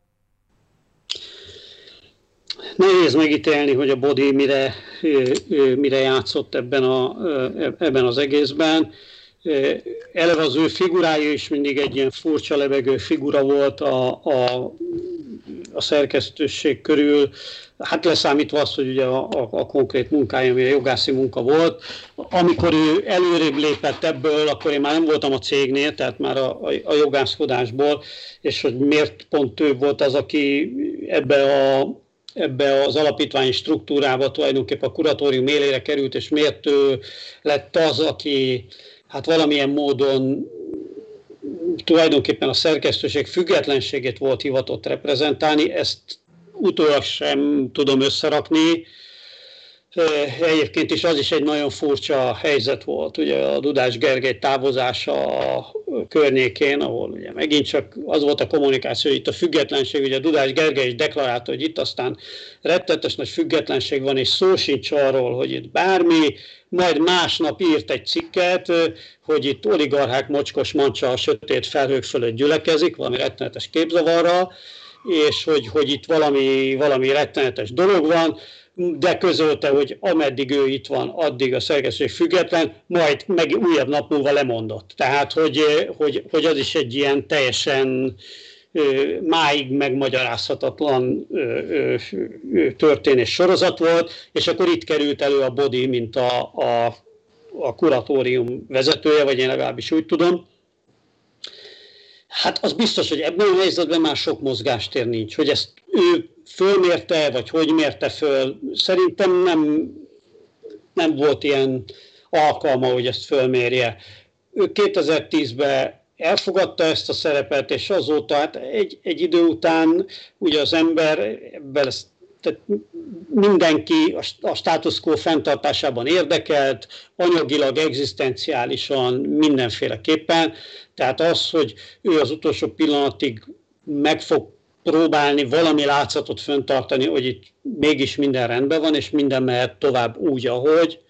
Nehéz megítélni, hogy a Bodi mire, mire játszott ebben, a, ebben az egészben. Eleve az ő figurája is mindig egy ilyen furcsa levegő figura volt a, a, a szerkesztőség körül. Hát leszámítva azt, hogy ugye a, a, a konkrét munkája, ami a jogászi munka volt. Amikor ő előrébb lépett ebből, akkor én már nem voltam a cégnél, tehát már a, a, a jogászkodásból, és hogy miért pont ő volt az, aki ebbe a ebbe az alapítványi struktúrába tulajdonképpen a kuratórium élére került, és miért ő lett az, aki hát valamilyen módon tulajdonképpen a szerkesztőség függetlenségét volt hivatott reprezentálni, ezt utólag sem tudom összerakni. Egyébként is az is egy nagyon furcsa helyzet volt, ugye a Dudás Gergely távozása a környékén, ahol ugye megint csak az volt a kommunikáció, hogy itt a függetlenség, ugye a Dudás Gergely is deklarálta, hogy itt aztán rettetes nagy függetlenség van, és szó sincs arról, hogy itt bármi, majd másnap írt egy cikket, hogy itt oligarchák mocskos mancsa a sötét felhők fölött gyülekezik, valami rettenetes képzavarral, és hogy, hogy itt valami, valami rettenetes dolog van, de közölte, hogy ameddig ő itt van, addig a szerkesztőség független, majd meg újabb nap múlva lemondott. Tehát, hogy, hogy, hogy az is egy ilyen teljesen máig megmagyarázhatatlan történés sorozat volt, és akkor itt került elő a Bodi, mint a, a, a kuratórium vezetője, vagy én legalábbis úgy tudom. Hát az biztos, hogy ebben a helyzetben már sok mozgástér nincs, hogy ezt ő fölmérte, vagy hogy mérte föl. Szerintem nem, nem volt ilyen alkalma, hogy ezt fölmérje. Ő kétezer-tízben elfogadta ezt a szerepet, és azóta hát egy, egy idő után ugye az ember, ebben ezt tehát mindenki a status quo fenntartásában érdekelt, anyagilag, egzisztenciálisan, mindenféleképpen. Tehát az, hogy ő az utolsó pillanatig meg fog próbálni valami látszatot fenntartani, hogy itt mégis minden rendben van, és minden mehet tovább úgy, ahogy,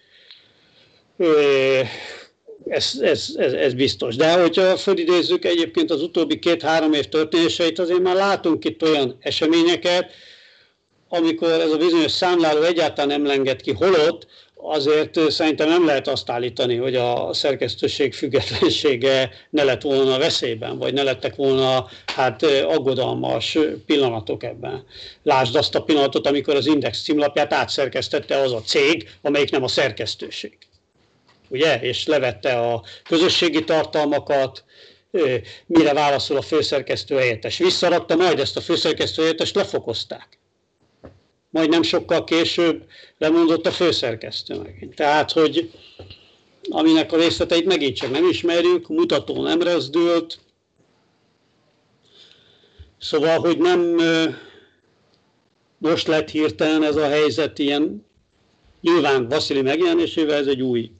ez, ez, ez, ez biztos. De hogyha felidézzük egyébként az utóbbi két-három év történéseit, azért már látunk itt olyan eseményeket, amikor ez a bizonyos számláló egyáltalán nem lenged ki, holott azért szerintem nem lehet azt állítani, hogy a szerkesztőség függetlensége ne lett volna veszélyben, vagy ne lettek volna hát aggodalmas pillanatok ebben. Lásd azt a pillanatot, amikor az Index címlapját átszerkesztette az a cég, amelyik nem a szerkesztőség. Ugye? És levette a közösségi tartalmakat, mire válaszol a főszerkesztő helyettes. Visszarakta, majd ezt a főszerkesztő helyettest lefokozták. Majd nem sokkal később lemondott a főszerkesztő megint. Tehát, hogy aminek a részleteit megint csak nem ismerjük, mutató nem rezdült. Szóval, hogy nem most lett hirtelen ez a helyzet ilyen, nyilván Vasili megjelenésével ez egy új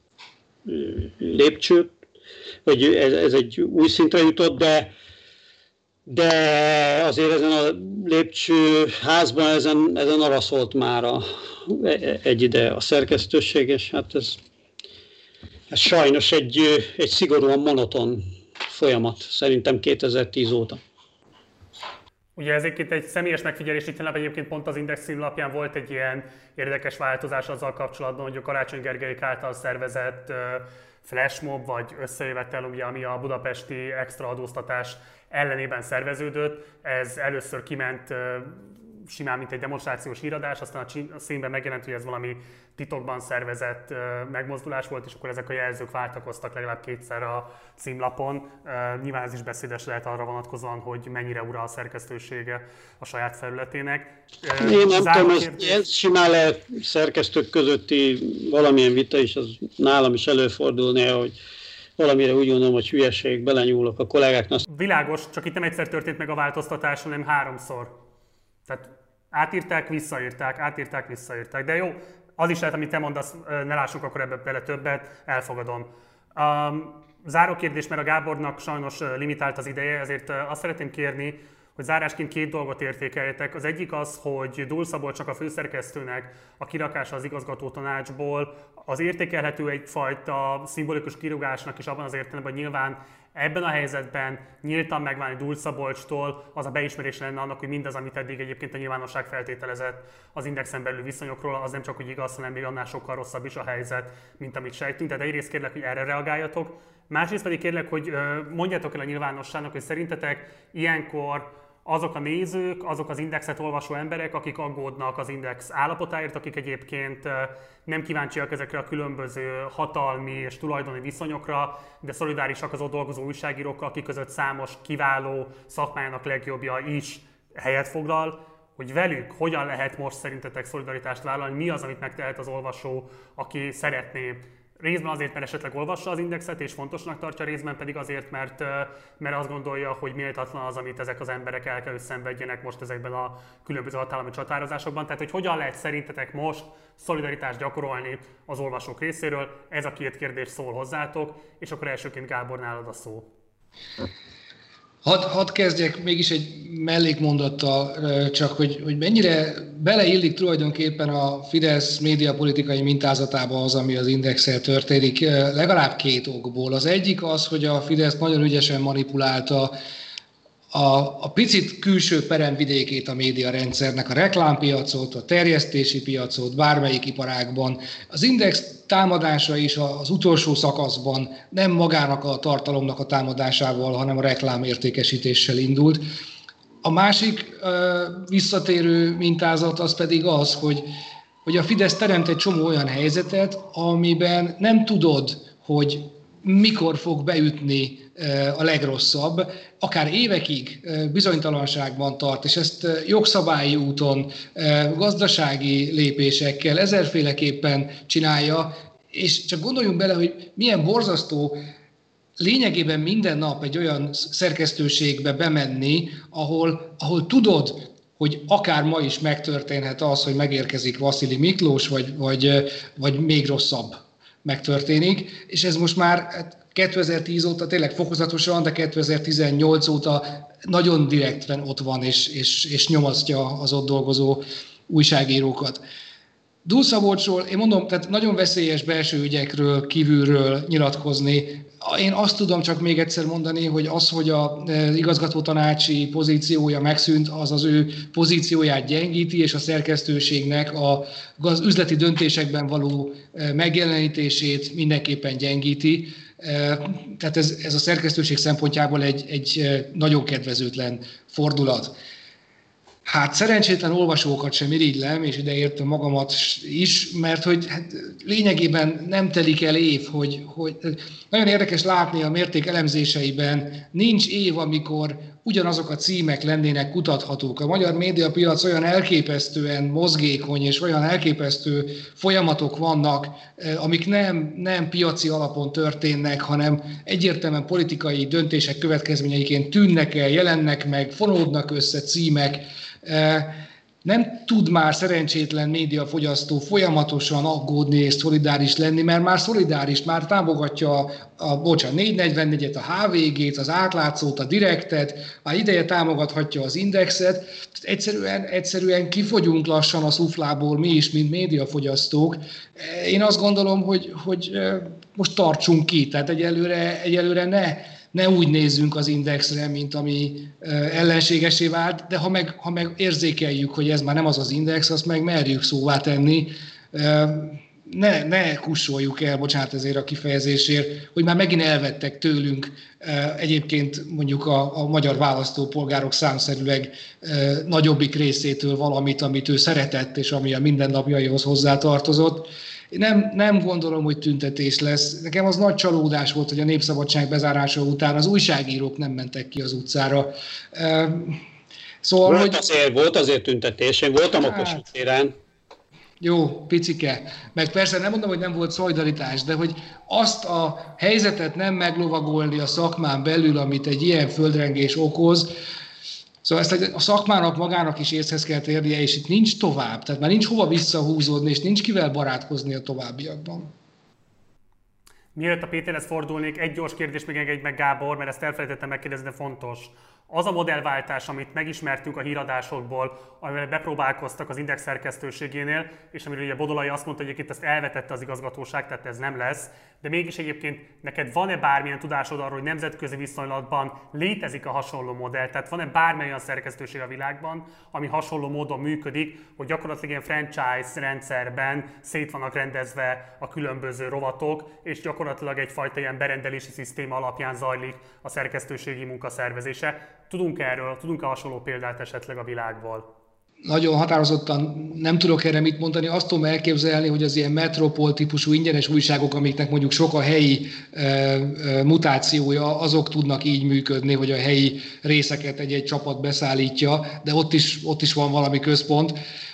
lépcső, vagy ez, ez egy új szintre jutott, de De azért ezen a lépcsőházban ezen, ezen araszolt már a, egy ide a szerkesztőség, és hát ez, ez sajnos egy, egy szigorúan monoton folyamat, szerintem kétezer-tíz óta. Ugye ezért egy személyes megfigyelés, itt egyébként pont az Index címlapján volt egy ilyen érdekes változás azzal kapcsolatban, hogy a Karácsony Gergelyik által szervezett flashmob vagy összejövetel, ugye, ami a budapesti extra adóztatás ellenében szerveződött. Ez először kiment simán, mint egy demonstrációs híradás, aztán a színben megjelent, hogy ez valami titokban szervezett megmozdulás volt, és akkor ezek a jelzők váltakoztak legalább kétszer a címlapon. Nyilván ez is beszédes lehet arra vonatkozóan, hogy mennyire ura a szerkesztősége a saját felületének. Én nem tudom, ez, ez simán lehet szerkesztők közötti valamilyen vita is, az nálam is előfordulnia, hogy valamire úgy gondolom, hogy hülyeség, belenyúlok a kollégáknak. Világos, csak itt nem egyszer történt meg a változtatás, hanem háromszor. Tehát átírták, visszaírták, átírták, visszaírták. De jó, az is lehet, amit te mondasz, ne lássunk akkor ebbe bele többet, elfogadom. Um, záró kérdés, mert a Gábornak sajnos limitált az ideje, ezért azt szeretném kérni, hogy zárásként két dolgot értékeljetek. Az egyik az, hogy Dúl Szabolcsnak, a főszerkesztőnek a kirakása az igazgató tanácsból az értékelhető egyfajta szimbolikus kirúgásnak is abban az értelemben, hogy nyilván ebben a helyzetben nyíltan megválni Dúl Szabolcstól az a beismerés lenne annak, hogy mindaz, amit eddig egyébként a nyilvánosság feltételezett az Indexen belül viszonyokról, az nem csak hogy igaz, hanem még annál sokkal rosszabb is a helyzet, mint amit sejtünk. Tehát egyrészt kérlek, hogy erre reagáljatok. Másrészt pedig kérlek, hogy mondjátok el a nyilvánosságnak, hogy szerintetek ilyenkor azok a nézők, azok az Indexet olvasó emberek, akik aggódnak az Index állapotáért, akik egyébként nem kíváncsiak ezekre a különböző hatalmi és tulajdoni viszonyokra, de szolidárisak az ott dolgozó újságírókkal, akik között számos kiváló szakmájának legjobbja is helyet foglal, hogy velük hogyan lehet most szerintetek szolidaritást vállalni, mi az, amit megtehet az olvasó, aki szeretné. Részben azért, mert esetleg olvassa az Indexet és fontosnak tartja, részben pedig azért, mert, mert azt gondolja, hogy méltatlan az, amit ezek az emberek el kell, hogy szenvedjenek most ezekben a különböző hatalmi csatározásokban. Tehát, hogy hogyan lehet szerintetek most szolidaritást gyakorolni az olvasók részéről? Ez a két kérdés szól hozzátok, és akkor elsőként Gábor, nálad a szó. Hadd had kezdjek mégis egy mellékmondattal, csak hogy, hogy mennyire beleillik tulajdonképpen a Fidesz médiapolitikai mintázatába az, ami az Indexel történik, legalább két okból. Az egyik az, hogy a Fidesz nagyon ügyesen manipulálta a, a picit külső peremvidékét a médiarendszernek, a reklámpiacot, a terjesztési piacot, bármelyik iparágban. Az Index támadása is az utolsó szakaszban nem magának a tartalomnak a támadásával, hanem a reklámértékesítéssel indult. A másik visszatérő mintázat az pedig az, hogy, hogy a Fidesz teremt egy csomó olyan helyzetet, amiben nem tudod, hogy mikor fog beütni a legrosszabb, akár évekig bizonytalanságban tart, és ezt jogszabályi úton, gazdasági lépésekkel, ezerféleképpen csinálja, és csak gondoljunk bele, hogy milyen borzasztó lényegében minden nap egy olyan szerkesztőségbe bemenni, ahol, ahol tudod, hogy akár ma is megtörténhet az, hogy megérkezik Vasili Miklós, vagy, vagy, vagy még rosszabb megtörténik, és ez most már kétezer-tíz óta tényleg fokozatosan, de kétezer-tizennyolc óta nagyon direktben ott van, és, és, és nyomasztja az ott dolgozó újságírókat. Dúl Szabolcsról, én mondom, tehát nagyon veszélyes belső ügyekről, kívülről nyilatkozni. Én azt tudom csak még egyszer mondani, hogy az, hogy az igazgatótanácsi pozíciója megszűnt, az az ő pozícióját gyengíti, és a szerkesztőségnek az üzleti döntésekben való megjelenítését mindenképpen gyengíti. Tehát ez, ez a szerkesztőség szempontjából egy, egy nagyon kedvezőtlen fordulat. Hát szerencsétlen olvasókat sem irigylem, és ide értem magamat is, mert hogy hát lényegében nem telik el év, hogy, hogy nagyon érdekes látni a mérték elemzéseiben, nincs év, amikor ugyanazok a címek lennének kutathatók. A magyar médiapiac olyan elképesztően mozgékony, és olyan elképesztő folyamatok vannak, amik nem, nem piaci alapon történnek, hanem egyértelműen politikai döntések következményeiként tűnnek el, jelennek meg, fonódnak össze címek. Nem tud már szerencsétlen médiafogyasztó folyamatosan aggódni és szolidáris lenni, mert már szolidáris, már támogatja a, a bocsánat, négyszáznegyvennégyet, a há vé gét, az átlátszót, a Direktet, már ideje támogathatja az Indexet. Egyszerűen, egyszerűen kifogyunk lassan a szuflából mi is, mint médiafogyasztók. Én azt gondolom, hogy, hogy most tartsunk ki, tehát egyelőre, egyelőre ne ne úgy nézzünk az Indexre, mint ami ellenségesé vált, de ha meg, ha meg érzékeljük, hogy ez már nem az az Index, azt meg merjük szóvá tenni. Ne, ne kussoljuk el, bocsánat ezért a kifejezésért, hogy már megint elvettek tőlünk egyébként mondjuk a, a magyar választópolgárok számszerűleg nagyobbik részétől valamit, amit ő szeretett, és ami a mindennapjaihoz hozzátartozott. Én nem, nem gondolom, hogy tüntetés lesz. Nekem az nagy csalódás volt, hogy a Népszabadság bezárása után az újságírók nem mentek ki az utcára. Szóval, volt, hogy... azért, volt azért tüntetés, én voltam hát, a Kossuth téren. Jó, picike. Meg persze nem mondom, hogy nem volt szolidaritás, de hogy azt a helyzetet nem meglovagolni a szakmán belül, amit egy ilyen földrengés okoz, szóval ezt a szakmának magának is észhez kell térnie, és itt nincs tovább. Tehát már nincs hova visszahúzódni, és nincs kivel barátkozni a továbbiakban. Mielőtt a Péterhez fordulnék, egy gyors kérdés még engedj meg, Gábor, mert ezt elfelejtettem megkérdezni, de fontos. Az a modellváltás, amit megismertünk a híradásokból, amivel bepróbálkoztak az Index szerkesztőségénél, és amiről ugye Bodolai azt mondta, hogy egyébként ezt elvetette az igazgatóság, tehát ez nem lesz, de mégis egyébként neked van-e bármilyen tudásod arról, hogy nemzetközi viszonylatban létezik a hasonló modell, tehát van-e bármely olyan szerkesztőség a világban, ami hasonló módon működik, hogy gyakorlatilag ilyen franchise rendszerben szét vannak rendezve a különböző rovatok, és gyakorlatilag egyfajta ilyen berendelési szisztéma alapján zajlik a szerkesztőségi munkaszervezése. Tudunk erről, tudunk-e hasonló példát esetleg a világból? Nagyon határozottan nem tudok erre mit mondani. Azt tudom elképzelni, hogy az ilyen metropol típusú ingyenes újságok, amiknek mondjuk sok a helyi e, e, mutációja, azok tudnak így működni, hogy a helyi részeket egy-egy csapat beszállítja, de ott is, ott is van valami központ.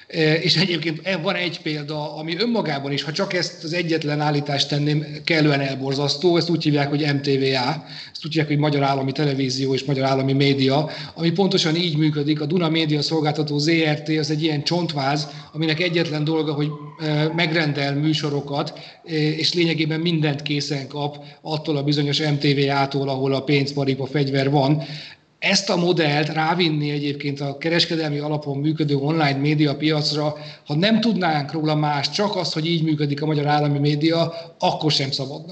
És egyébként van egy példa, ami önmagában is, ha csak ezt az egyetlen állítást tenném, kellően elborzasztó, ezt úgy hívják, hogy em té vé á, ezt úgy hívják, hogy Magyar Állami Televízió és Magyar Állami Média, ami pontosan így működik. A Duna Média Szolgáltató zé er té az egy ilyen csontváz, aminek egyetlen dolga, hogy megrendel műsorokat, és lényegében mindent készen kap attól a bizonyos em té vé á-tól, ahol a pénzparipa fegyver van. Ezt a modellt rávinni egyébként a kereskedelmi alapon működő online média piacra, ha nem tudnánk róla más, csak azt, hogy így működik a magyar állami média, akkor sem szabadna.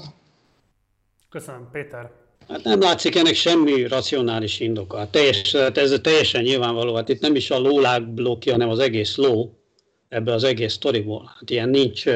Köszönöm, Péter. Hát nem látszik ennek semmi racionális indoka. Teljes, ez teljesen nyilvánvaló. Hát itt nem is a lólág blokja, hanem az egész ló ebbe az egész sztoriból. Hát ilyen nincs...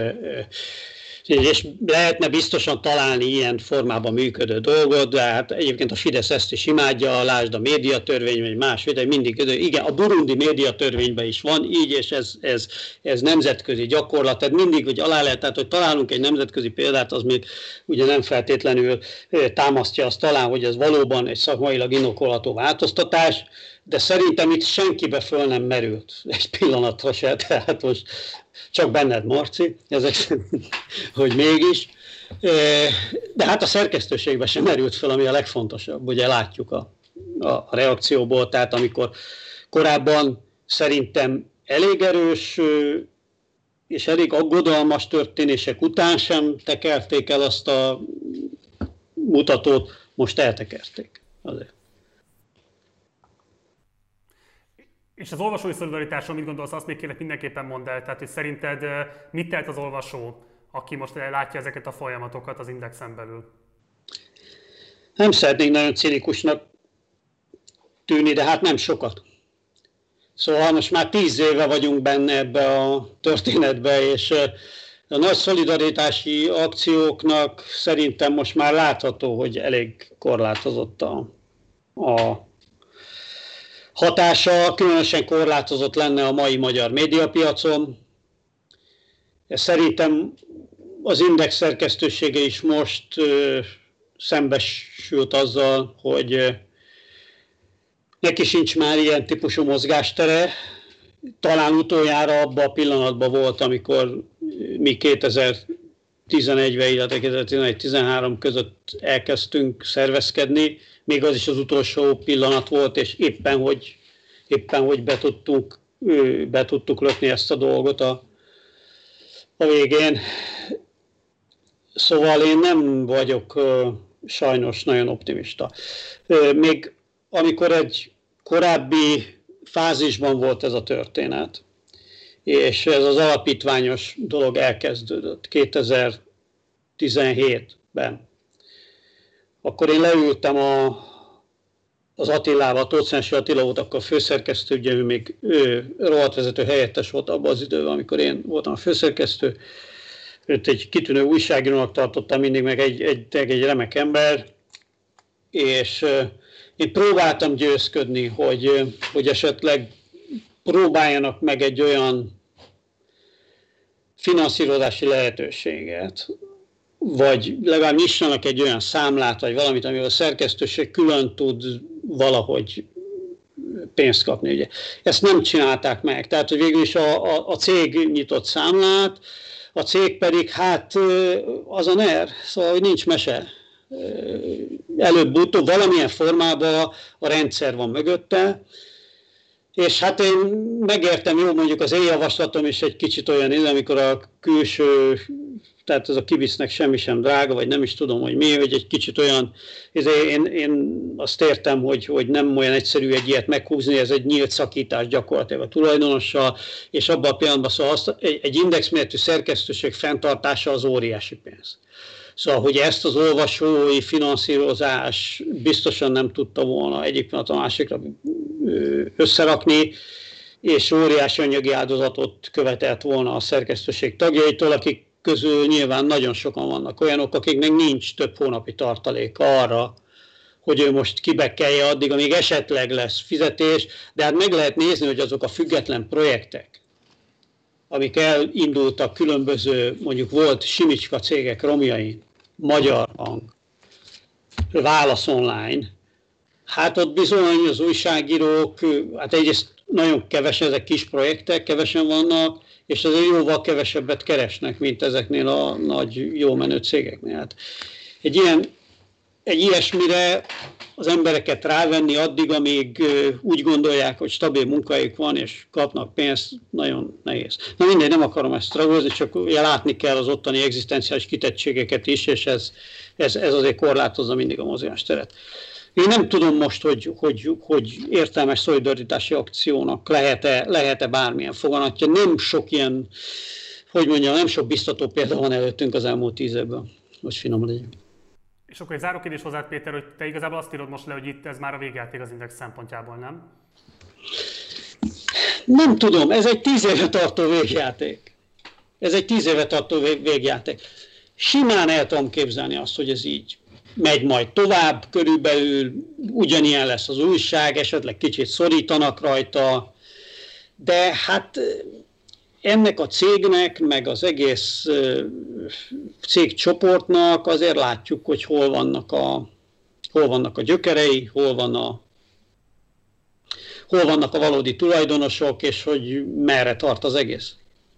És lehetne biztosan találni ilyen formában működő dolgot, de hát egyébként a Fidesz ezt is imádja, lásd a médiatörvény, vagy más, de mindig, igen, a burundi médiatörvényben is van így, és ez, ez, ez nemzetközi gyakorlat, tehát mindig, hogy alá lehet, tehát hogy találunk egy nemzetközi példát, az még ugye nem feltétlenül támasztja azt talán, hogy ez valóban egy szakmailag indokolható változtatás, de szerintem itt senkibe föl nem merült egy pillanatra se, tehát most csak benned, Marci, ezek szerint, hogy mégis. De hát a szerkesztőségben sem merült fel, ami a legfontosabb, ugye látjuk a, a reakcióból, tehát amikor korábban szerintem elég erős és elég aggodalmas történések után sem tekerték el azt a mutatót, most eltekerték. Azért. És az olvasói szolidaritásról mit gondolsz, azt még kérlek mindenképpen mondd el, tehát hogy szerinted mit tehet az olvasó, aki most látja ezeket a folyamatokat az Indexen belül? Nem szeretnék nagyon cinikusnak tűnni, de hát nem sokat. Szóval most már tíz éve vagyunk benne ebbe a történetbe, és a nagy szolidaritási akcióknak szerintem most már látható, hogy elég korlátozott a, a hatása, különösen korlátozott lenne a mai magyar médiapiacon. Szerintem az Index szerkesztősége is most ö, szembesült azzal, hogy neki sincs már ilyen típusú mozgástere. Talán utoljára abban a pillanatban volt, amikor mi kétezer-tizenegyben, illetve kétezer-tizenegy-tizenhárom között elkezdtünk szervezkedni. Még az is az utolsó pillanat volt, és éppen, hogy, éppen, hogy be, tudtunk, be tudtuk lökni ezt a dolgot a, a végén. Szóval én nem vagyok sajnos nagyon optimista. Még amikor egy korábbi fázisban volt ez a történet, és ez az alapítványos dolog elkezdődött kétezer-tizenhétben, akkor én leültem a, az Attilával, Tóth Attila volt akkor a főszerkesztő, ugye ő még ő, rovatvezető helyettes volt abban az időben, amikor én voltam a főszerkesztő. Őt egy kitűnő újságírónak tartottam mindig, meg egy, egy, egy remek ember, és én próbáltam győzködni, hogy, hogy esetleg próbáljanak meg egy olyan finanszírozási lehetőséget, vagy legalább nyissanak egy olyan számlát, vagy valamit, amivel a szerkesztőség külön tud valahogy pénzt kapni. Ugye. Ezt nem csinálták meg. Tehát, hogy végül is a, a, a cég nyitott számlát, a cég pedig, hát az a NER, szóval hogy nincs mese. Előbb-utóbb valamilyen formában a rendszer van mögötte, és hát én megértem, jó, mondjuk az én javaslatom is egy kicsit olyan, amikor a külső, tehát ez a kibisznek semmi sem drága, vagy nem is tudom, hogy mi, hogy egy kicsit olyan, én, én azt értem, hogy, hogy nem olyan egyszerű egy ilyet meghúzni, ez egy nyílt szakítás gyakorlatilag a tulajdonossal, és abban a pillanatban szóval azt, egy, egy indexméretű szerkesztőség fenntartása az óriási pénz. Szóval, hogy ezt az olvasói finanszírozás biztosan nem tudta volna egyik pillanat a másikra összerakni, és óriási anyagi áldozatot követelt volna a szerkesztőség tagjaitól, akik közül nyilván nagyon sokan vannak olyanok, akiknek nincs több hónapi tartalék arra, hogy ő most kibekkelje addig, amíg esetleg lesz fizetés, de hát meg lehet nézni, hogy azok a független projektek, amik elindultak különböző, mondjuk volt Simicska cégek romjain, Magyar Hang, Válasz Online, hát ott bizony az újságírók, hát egyrészt nagyon kevesen, ezek kis projektek, kevesen vannak, és azért jóval kevesebbet keresnek, mint ezeknél a nagy, jó menő cégeknél. Hát egy, ilyen, egy ilyesmire az embereket rávenni addig, amíg úgy gondolják, hogy stabil munkájuk van, és kapnak pénzt, nagyon nehéz. Na mindegy, nem akarom ezt ragozni, csak látni kell az ottani egzisztenciális kitettségeket is, és ez, ez, ez azért korlátozza mindig a mozgásteret. Én nem tudom most, hogy, hogy, hogy értelmes szolidaritási akciónak lehet-e, lehet-e bármilyen foganatja. Nem sok ilyen, hogy mondjam, nem sok biztató példa van előttünk az elmúlt tíz évben, hogy finom legyen. És akkor egy záró kérdés hozzád, Péter, hogy te igazából azt írod most le, hogy itt ez már a végjáték az Index szempontjából, nem? Nem tudom, ez egy tíz éve tartó végjáték. Ez egy tíz éve tartó végjáték. Simán el tudom képzelni azt, hogy ez így megy majd tovább, körülbelül ugyanilyen lesz az újság, esetleg kicsit szorítanak rajta, de hát ennek a cégnek, meg az egész cégcsoportnak azért látjuk, hogy hol vannak a, hol vannak a gyökerei, hol, van a, hol vannak a valódi tulajdonosok, és hogy merre tart az egész.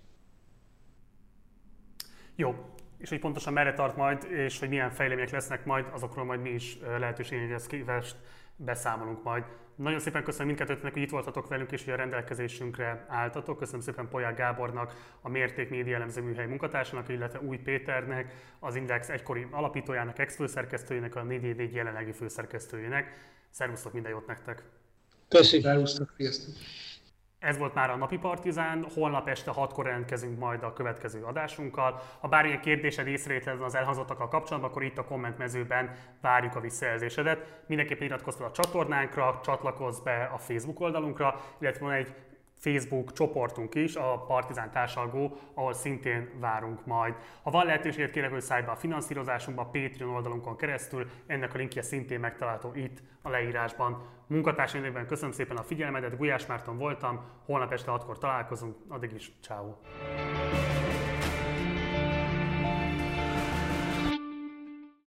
Jó. És hogy pontosan merre tart majd, és hogy milyen fejlemények lesznek majd, azokról majd mi is lehetőséghez képest beszámolunk majd Nagyon szépen köszönöm mindkettőtöknek, hogy itt voltatok velünk, és hogy a rendelkezésünkre álltatok. Köszönöm szépen Polyák Gábornak, a Mérték média elemző műhely munkatársának, illetve Új Péternek, az Index egykori alapítójának, ex-főszerkesztőjének, a négy négy négy jelenlegi főszerkesztőjének. Szervusztok, minden jót nektek! Köszönjük! Szervusztok, sziasztok! Ez volt már a Napi Partizán, holnap este hatkor jelentkezünk majd a következő adásunkkal. Ha bármilyen kérdésed, észrevételed az elhangzottakkal kapcsolatban, akkor itt a kommentmezőben várjuk a visszajelzésedet. Mindenképpen iratkozz fel a csatornánkra, csatlakozz be a Facebook oldalunkra, illetve van egy Facebook csoportunk is, a Partizán Társalgó, ahol szintén várunk majd. Ha van lehetőséged, kérlek, hogy szállj be a finanszírozásunkba a Patreon oldalunkon keresztül, ennek a linkje szintén megtalálható itt a leírásban. Munkatársaimban köszönöm szépen a figyelmedet, Gulyás Márton voltam, holnap este hatkor találkozunk, addig is ciao.